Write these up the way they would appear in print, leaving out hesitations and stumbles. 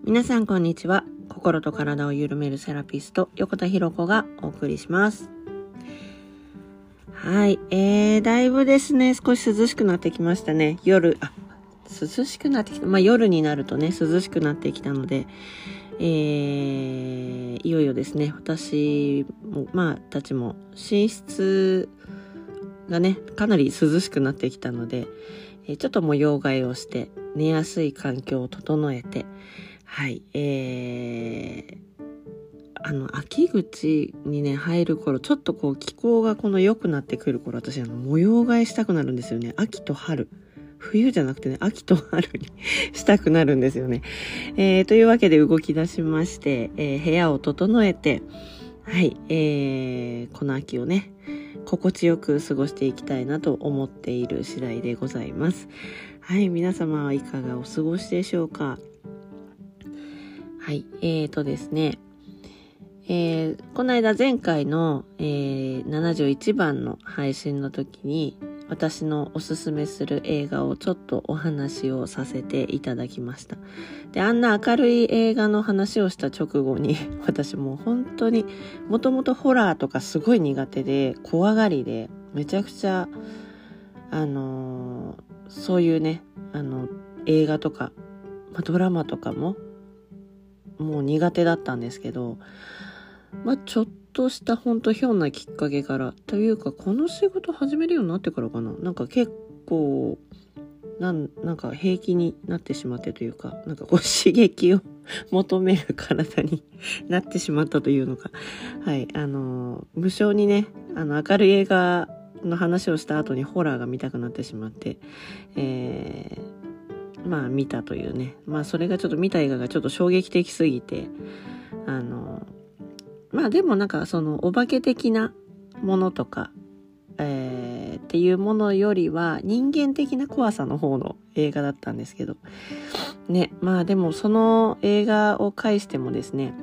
皆さんこんにちは。心と体を緩めるセラピスト横田博子がお送りします。はい、だいぶですね、少し涼しくなってきましたね。涼しくなってきた。夜になるとね、涼しくなってきたので、いよいよですね、私もたちも寝室がね、かなり涼しくなってきたので、ちょっと模様替えをして寝やすい環境を整えて、はい、秋口にね入る頃、ちょっとこう気候が良くなってくる頃、私模様替えしたくなるんですよね。秋と春、冬じゃなくてね、秋と春にしたくなるんですよね。というわけで動き出しまして、部屋を整えて、はい、この秋をね心地よく過ごしていきたいなと思っている次第でございます。はい、皆様はいかがお過ごしでしょうか。はい、ですね、この間前回の、71番の配信の時に私のおすすめする映画をちょっとお話をさせていただきました。で、あんな明るい映画の話をした直後に私もう本当にもともとホラーとかすごい苦手で怖がりで、めちゃくちゃそういうね映画とか、ドラマとかももう苦手だったんですけど、ちょっとした本当ひょんなきっかけからというか、この仕事始めるようになってからかな、結構なんか平気になってしまってというか、刺激を求める体になってしまったというのか、はい、無性にね明るい映画の話をした後にホラーが見たくなってしまって、見たというね、それがちょっと見た映画がちょっと衝撃的すぎて、でもそのお化け的なものとか、っていうものよりは人間的な怖さの方の映画だったんですけどね。でもその映画を介してもですね、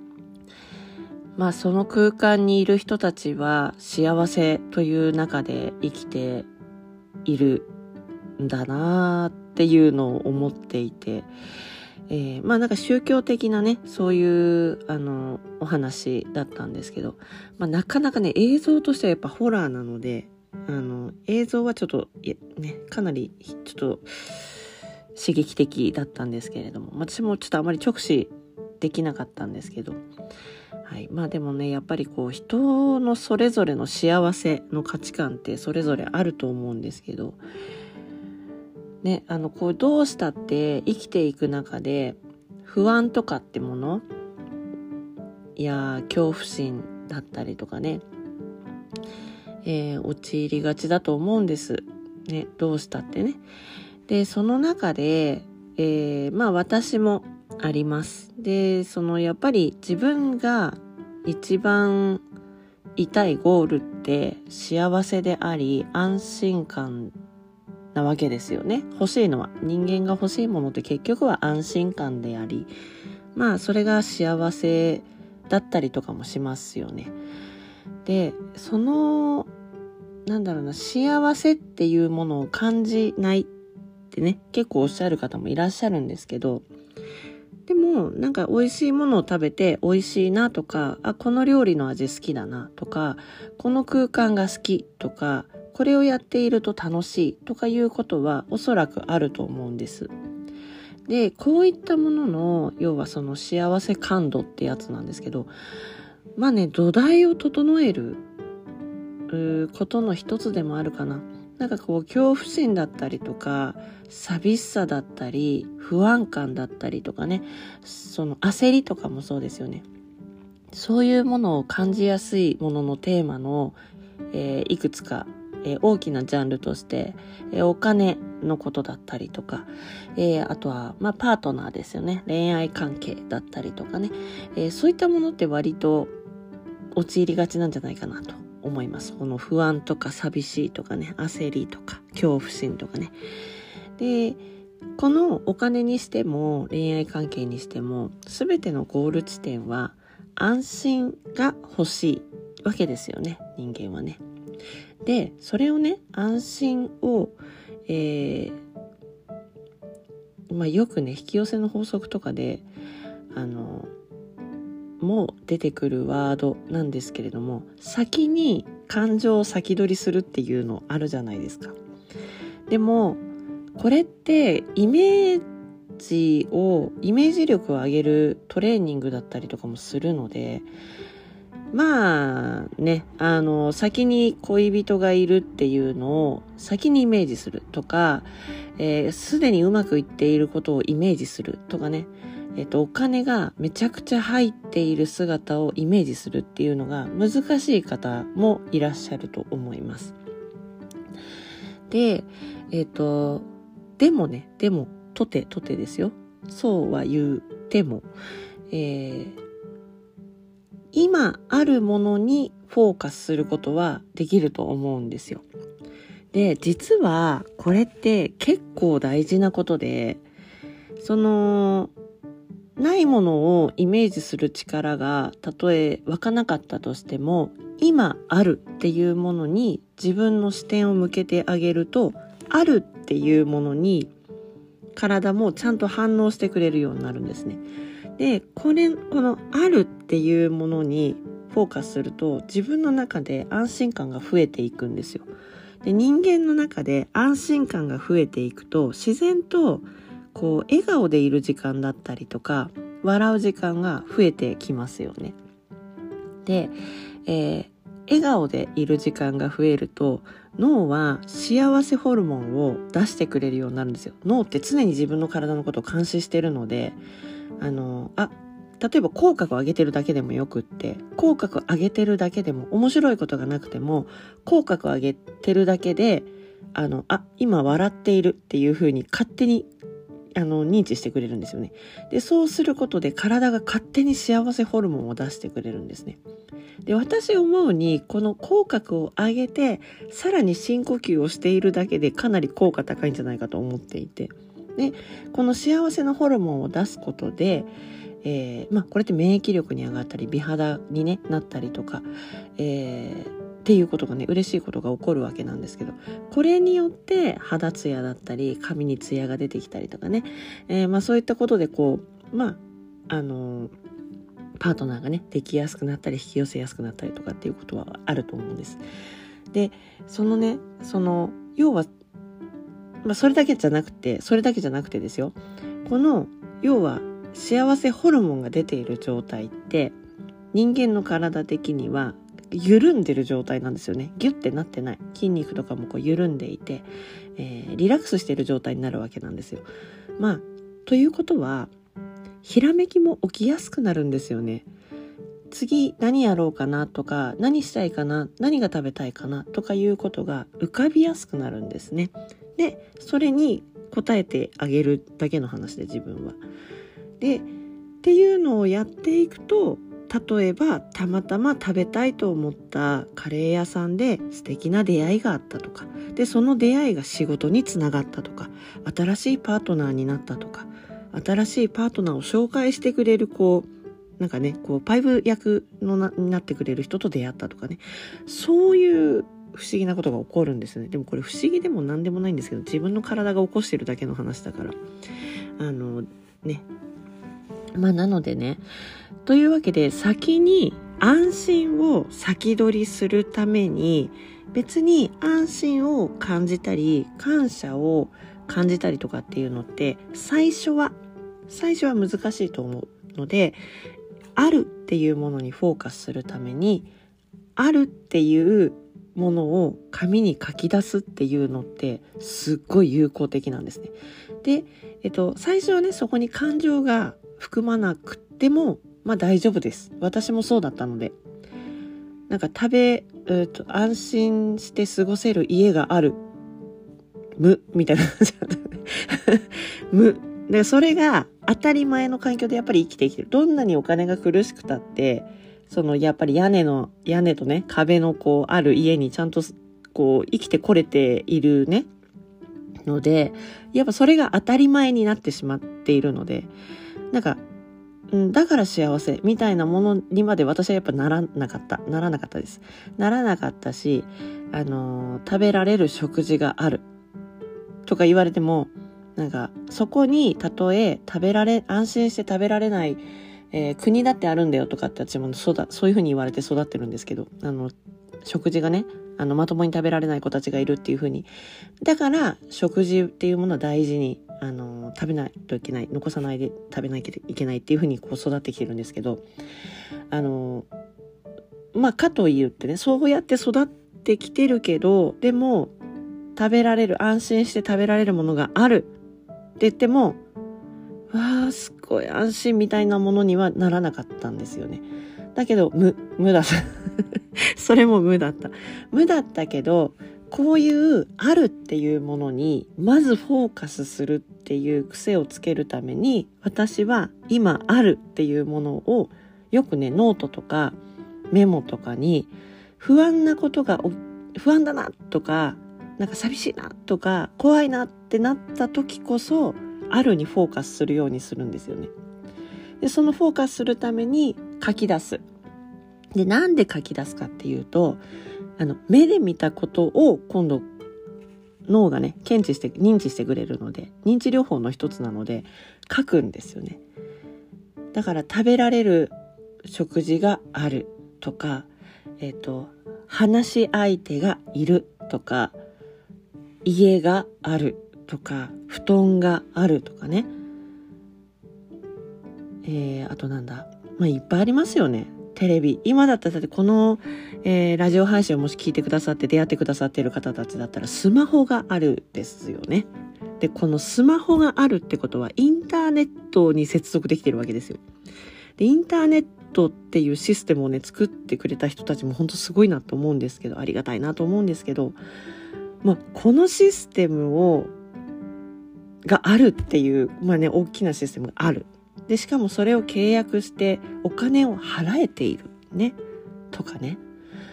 その空間にいる人たちは幸せという中で生きているんだなっていうのを思っていて、宗教的なねそういうお話だったんですけど、なかなかね映像としてはやっぱホラーなので、映像はちょっとねかなりちょっと刺激的だったんですけれども、私もちょっとあまり直視できなかったんですけど、はい、でもねやっぱり人のそれぞれの幸せの価値観ってそれぞれあると思うんですけどね、どうしたって生きていく中で不安とかってものや恐怖心だったりとかね、陥りがちだと思うんですね。どうしたってね。でその中で、私もあります。でやっぱり自分が一番痛いゴールって幸せであり安心感なわけですよね。欲しいのは、人間が欲しいものって結局は安心感であり、それが幸せだったりとかもしますよね。でその幸せっていうものを感じないってね結構おっしゃる方もいらっしゃるんですけど、でも美味しいものを食べて美味しいなとか、この料理の味好きだなとか、この空間が好きとか、これをやっていると楽しいとかいうことはおそらくあると思うんです。でこういったものの要はその幸せ感度ってやつなんですけど、土台を整えることの一つでもあるかな。恐怖心だったりとか寂しさだったり不安感だったりとかね、その焦りとかもそうですよね。そういうものを感じやすいもののテーマの、いくつか、大きなジャンルとして、お金のことだったりとか、あとは、パートナーですよね。恋愛関係だったりとかね、そういったものって割と陥りがちなんじゃないかなと思います。この不安とか寂しいとかね、焦りとか恐怖心とかね。でこのお金にしても恋愛関係にしても全てのゴール地点は安心が欲しいわけですよね、人間はね。でそれをね安心を、よくね引き寄せの法則とかでも出てくるワードなんですけれども、先に感情を先取りするっていうのあるじゃないですか。でもこれってイメージ力を上げるトレーニングだったりとかもするので、まあね、先に恋人がいるっていうのを先にイメージするとか、すでにうまくいっていることをイメージするとかね、お金がめちゃくちゃ入っている姿をイメージするっていうのが難しい方もいらっしゃると思います。で、でもとてですよ。そうは言うても、今あるものにフォーカスすることはできると思うんですよ。で、実はこれって結構大事なことで、ないものをイメージする力がたとえ湧かなかったとしても、今あるっていうものに自分の視点を向けてあげると、あるっていうものに体もちゃんと反応してくれるようになるんですね。で、このあるっていうものにフォーカスすると、自分の中で安心感が増えていくんですよ。で、人間の中で安心感が増えていくと、自然と笑顔でいる時間だったりとか、笑う時間が増えてきますよね。で、笑顔でいる時間が増えると、脳は幸せホルモンを出してくれるようになるんですよ。脳って常に自分の体のことを監視してるので、例えば口角を上げてるだけでもよくって、口角を上げてるだけでも面白いことがなくても、口角を上げてるだけで、今笑っているっていう風に勝手に認知してくれるんですよね。で、そうすることで体が勝手に幸せホルモンを出してくれるんですね。で、私思うに、この口角を上げて、さらに深呼吸をしているだけでかなり効果高いんじゃないかと思っていて。で、この幸せのホルモンを出すことで、これって免疫力に上がったり、美肌に、なったりとか、っていうことがね、嬉しいことが起こるわけなんですけど、これによって肌ツヤだったり、髪にツヤが出てきたりとかね、そういったことでパートナーがね、できやすくなったり、引き寄せやすくなったりとかっていうことはあると思うんです。で、要は、それだけじゃなくてですよ。要は、幸せホルモンが出ている状態って、人間の体的には緩んでる状態なんですよね。ギュッてなってない。筋肉とかも緩んでいて、リラックスしている状態になるわけなんですよ。ということは、ひらめきも起きやすくなるんですよね。次何やろうかなとか、何したいかな、何が食べたいかなとかいうことが浮かびやすくなるんですね。で、それに答えてあげるだけの話で、自分は。で、っていうのをやっていくと、例えばたまたま食べたいと思ったカレー屋さんで素敵な出会いがあったとか、でその出会いが仕事につながったとか、新しいパートナーになったとか、新しいパートナーを紹介してくれるパイプ役になってくれる人と出会ったとかね、そういう不思議なことが起こるんですね。でもこれ不思議でも何でもないんですけど、自分の体が起こしてるだけの話だから、なのでね、というわけで、先に安心を先取りするために、別に安心を感じたり感謝を感じたりとかっていうのって、最初は難しいと思うので、あるっていうものにフォーカスするために、あるっていうものを紙に書き出すっていうのってすっごい有効的なんですね。で、最初はね、そこに感情が含まなくても大丈夫です。私もそうだったので、安心して過ごせる家があるみたいな感じだったで、それが当たり前の環境でやっぱり生きてきてる。どんなにお金が苦しくたって、やっぱり屋根とね、壁のある家にちゃんと生きてこれているねので、やっぱそれが当たり前になってしまっているので、だから幸せみたいなものにまで私はやっぱならなかったです。ならなかったし、食べられる食事があるとか言われても、 なんかそこにたとえ安心して食べられない、国だってあるんだよとかって私もそういうふうに言われて育ってるんですけど、食事がねまともに食べられない子たちがいるっていうふうに。だから食事っていうものは大事に食べないといけない、残さないで食べないといけないっていうふうにこう育ってきてるんですけど、かといってね、そうやって育ってきてるけど、でも安心して食べられるものがあるって言っても、わあすっごい安心みたいなものにはならなかったんですよね。だけど無だったそれも無だったけど、こういうあるっていうものにまずフォーカスするっていう癖をつけるために、私は今あるっていうものをよくね、ノートとかメモとかに不安だなとか、なんか寂しいなとか怖いなってなった時こそあるにフォーカスするようにするんですよね。でそのフォーカスするために書き出す。でなんで書き出すかっていうと、目で見たことを今度脳がね認知してくれるので、認知療法の一つなので書くんですよね。だから食べられる食事があるとか、話し相手がいるとか、家があるとか、布団があるとかね。あとなんだ、いっぱいありますよね。テレビ。今だったらこの、ラジオ配信をもし聞いてくださって出会ってくださっている方たちだったらスマホがあるですよね。で、このスマホがあるってことはインターネットに接続できてるわけですよ。で、インターネットっていうシステムをね作ってくれた人たちも本当すごいなと思うんですけど、ありがたいなと思うんですけど、このシステムがあるっていう、大きなシステムがある。で、しかもそれを契約してお金を払えているね。とかね。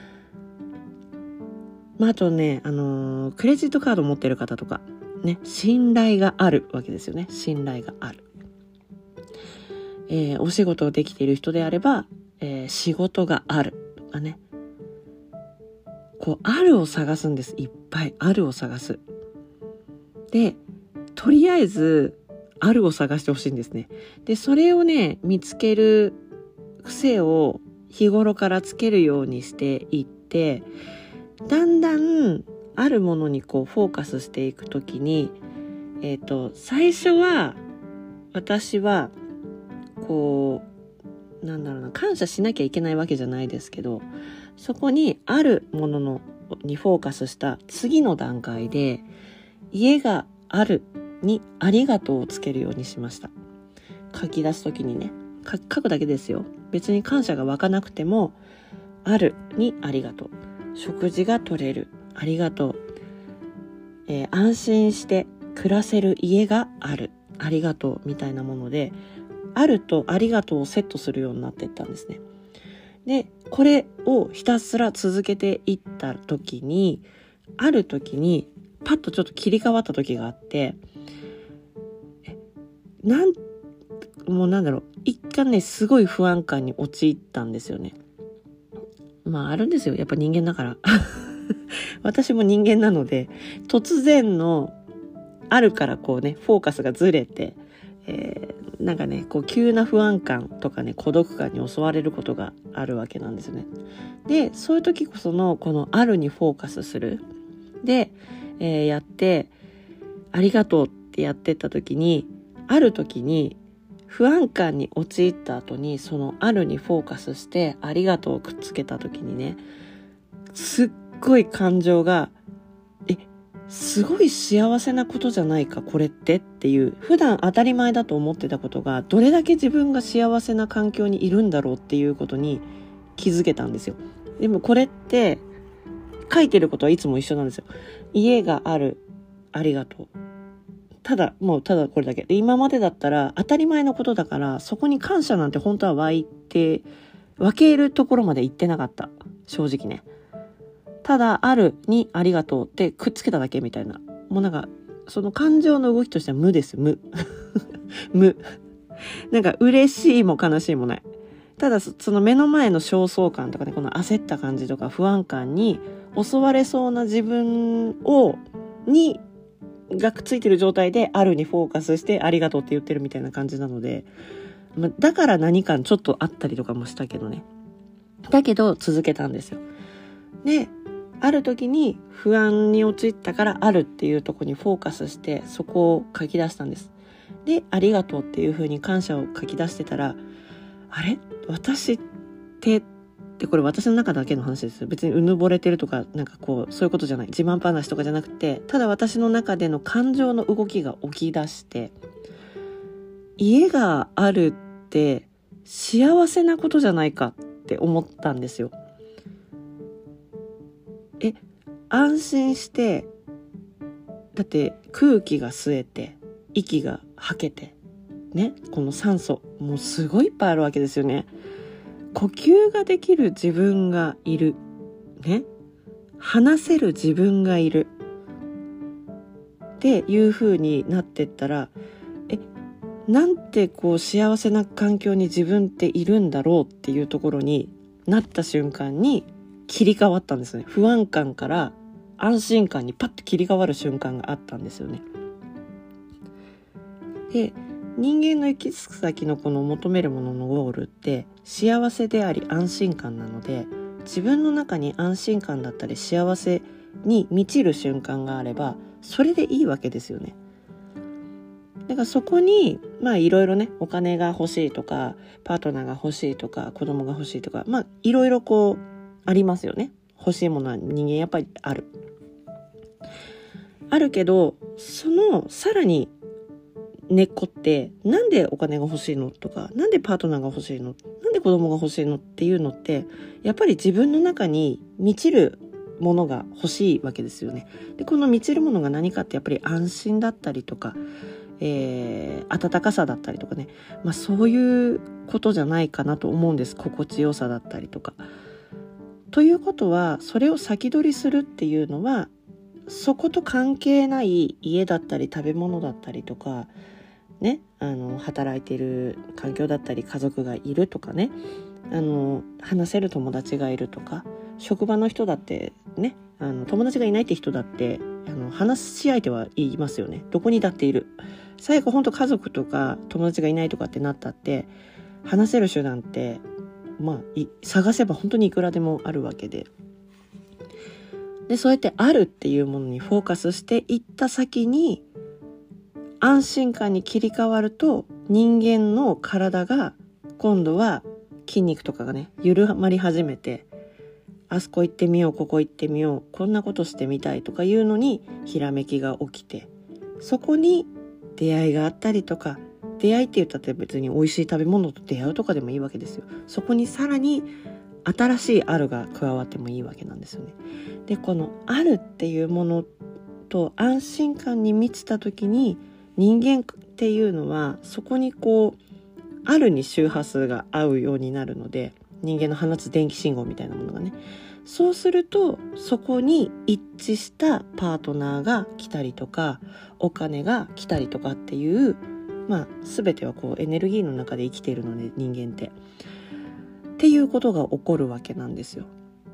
あとね、クレジットカード持ってる方とか、ね、信頼があるわけですよね。信頼がある。お仕事できている人であれば、仕事があるとかね。あるを探すんです。いっぱいあるを探す。で、とりあえずあるを探してほしいんですね。で、それをね見つける癖を日頃からつけるようにしていって、だんだんあるものにフォーカスしていくときに、最初は私は感謝しなきゃいけないわけじゃないですけど、そこにあるものにフォーカスした次の段階で、家があるにありがとうをつけるようにしました。書き出すときにね、書くだけですよ。別に感謝が湧かなくても、あるにありがとう。食事が取れる、ありがとう。安心して暮らせる家がある、ありがとうみたいなもので、あるとありがとうをセットするようになっていったんですね。で、これをひたすら続けていった時に、ある時にパッとちょっと切り替わった時があって、一回ねすごい不安感に陥ったんですよね。あるんですよ、やっぱ人間だから私も人間なので、突然のあるからフォーカスがずれて、急な不安感とかね、孤独感に襲われることがあるわけなんですよね。で、そういう時こそこのあるにフォーカスする。で、やって、ありがとうってやってった時に、ある時に不安感に陥った後に、そのあるにフォーカスしてありがとうをくっつけた時にね、すっごい感情が、すごい幸せなことじゃないかこれっていう、普段当たり前だと思ってたことがどれだけ自分が幸せな環境にいるんだろうっていうことに気づけたんですよ。でもこれって書いてることはいつも一緒なんですよ。家がある、ありがとう。ただこれだけで、今までだったら当たり前のことだから、そこに感謝なんて本当は分けるところまで行ってなかった、正直ね。ただあるにありがとうってくっつけただけみたいな、その感情の動きとしては無です。無嬉しいも悲しいもない。ただその目の前の焦燥感とかね、この焦った感じとか不安感に襲われそうな自分にがくっついてる状態であるにフォーカスしてありがとうって言ってるみたいな感じなので、だから何かちょっとあったりとかもしたけどね。だけど続けたんですよ。で、ある時に不安に陥ったからあるっていうところにフォーカスしてそこを書き出したんです。で、ありがとうっていう風に感謝を書き出してたら、あれ？私ってこれ私の中だけの話ですよ。別にうぬぼれてるとかなんかこうそういうことじゃない。自慢話とかじゃなくて、ただ私の中での感情の動きが起き出して、家があるって幸せなことじゃないかって思ったんですよ。安心して、だって空気が吸えて息が吐けてね、この酸素もうすごいいっぱいあるわけですよね。呼吸ができる自分がいるね、話せる自分がいるっていう風になってったら、なんてこう幸せな環境に自分っているんだろうっていうところになった瞬間に切り替わったんですね。不安感から安心感にパッと切り替わる瞬間があったんですよね。で、人間の行き着く先のこの求めるもののゴールって幸せであり安心感なので、自分の中に安心感だったり幸せに満ちる瞬間があればそれでいいわけですよね。だからそこにいろいろね、お金が欲しいとかパートナーが欲しいとか子供が欲しいとかいろいろこうありますよね。欲しいものは人間やっぱりあるけど、そのさらに根っこってなんでお金が欲しいのとか、なんでパートナーが欲しいの、なんで子供が欲しいのっていうのってやっぱり自分の中に満ちるものが欲しいわけですよね。で、この満ちるものが何かってやっぱり安心だったりとか、温かさだったりとかね、そういうことじゃないかなと思うんです。心地よさだったりとか。ということはそれを先取りするっていうのはそこと関係ない家だったり食べ物だったりとかね、働いている環境だったり家族がいるとかね、話せる友達がいるとか、職場の人だってね、友達がいないって人だって話し相手はいますよね。どこにだっている。最後本当家族とか友達がいないとかってなったって話せる手段って探せば本当にいくらでもあるわけで、そうやってあるっていうものにフォーカスしていった先に安心感に切り替わると、人間の体が今度は筋肉とかがね緩まり始めて、あそこ行ってみよう、ここ行ってみよう、こんなことしてみたいとかいうのにひらめきが起きて、そこに出会いがあったりとか、出会いって言ったって別に美味しい食べ物と出会うとかでもいいわけですよ。そこにさらに新しいあるが加わってもいいわけなんですよね。で、このあるっていうものと安心感に満ちた時に人間っていうのはそこにこうあるに周波数が合うようになるので、人間の放つ電気信号みたいなものがね、そうするとそこに一致したパートナーが来たりとかお金が来たりとかっていう全てはこうエネルギーの中で生きているので、人間っていうことが起こるわけなんですよ、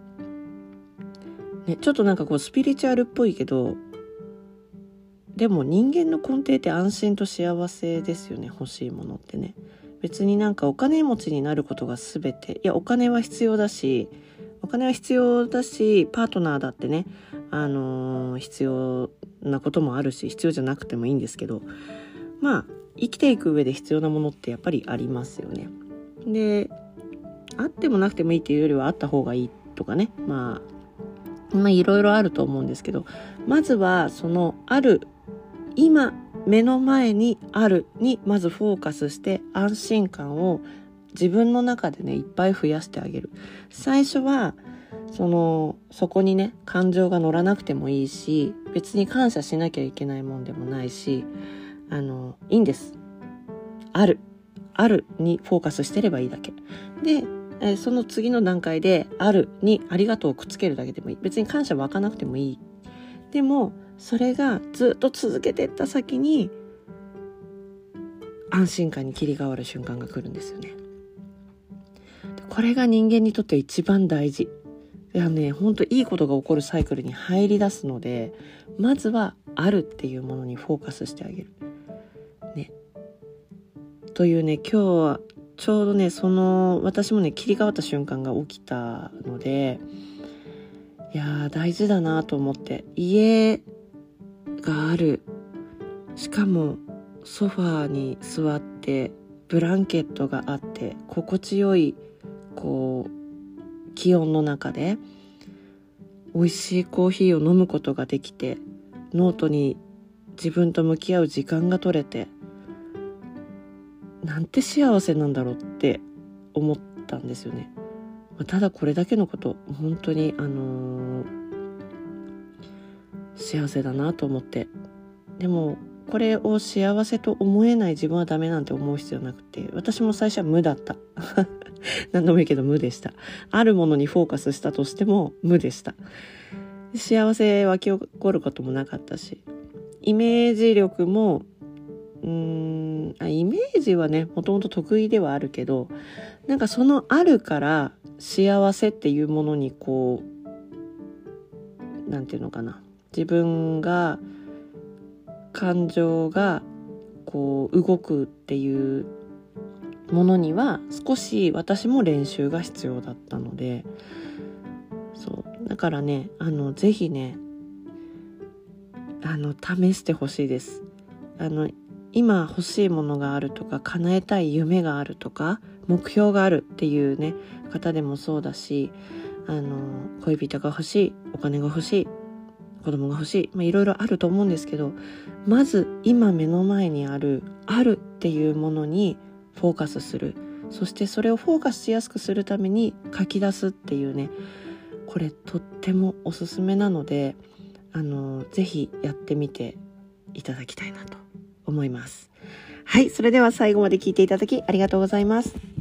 ね。ちょっとなんかこうスピリチュアルっぽいけど、でも人間の根底って安心と幸せですよね。欲しいものってね、別になんかお金持ちになることが全て、お金は必要だしパートナーだってね、必要なこともあるし必要じゃなくてもいいんですけど、生きていく上で必要なものってやっぱりありますよね。で、あってもなくてもいいっていうよりはあった方がいいとかね、いろいろあると思うんですけど、まずはそのある、今目の前にあるにまずフォーカスして安心感を自分の中でねいっぱい増やしてあげる。最初はそこにね感情が乗らなくてもいいし、別に感謝しなきゃいけないもんでもないし、いいんです。あるにフォーカスしてればいいだけで、その次の段階であるにありがとうをくっつけるだけでもいい。別に感謝湧かなくてもいい。でもそれがずっと続けていった先に安心感に切り替わる瞬間が来るんですよね。これが人間にとって一番大事。 いやね、本当いいことが起こるサイクルに入り出すので、まずはあるっていうものにフォーカスしてあげる。ね。というね、今日はちょうどね、私もね、切り替わった瞬間が起きたので、いやー、大事だなと思って。家がある。しかも、ソファーに座って、ブランケットがあって、心地よい、気温の中で、美味しいコーヒーを飲むことができて、ノートに自分と向き合う時間が取れて、なんて幸せなんだろうって思ったんですよね。ただこれだけのこと、本当に幸せだなと思って。でもこれを幸せと思えない自分はダメなんて思う必要なくて、私も最初は無だった何度も言うけど無でした。あるものにフォーカスしたとしても無でした。幸せ湧き起こることもなかったし、イメージ力もイメージはね、もともと得意ではあるけど、なんかそのあるから幸せっていうものになんていうのかな、自分が感情が動くっていうものには少し私も練習が必要だったので、そうだからね、ぜひね、試してほしいです。今欲しいものがあるとか、叶えたい夢があるとか、目標があるっていうね方でもそうだし、恋人が欲しい、お金が欲しい、子供が欲しい、いろいろあると思うんですけど、まず今目の前にあるっていうものにフォーカスする。そしてそれをフォーカスしやすくするために書き出すっていうね、これとってもおすすめなので、ぜひやってみていただきたいなと思います。はい、それでは最後まで聞いていただきありがとうございます。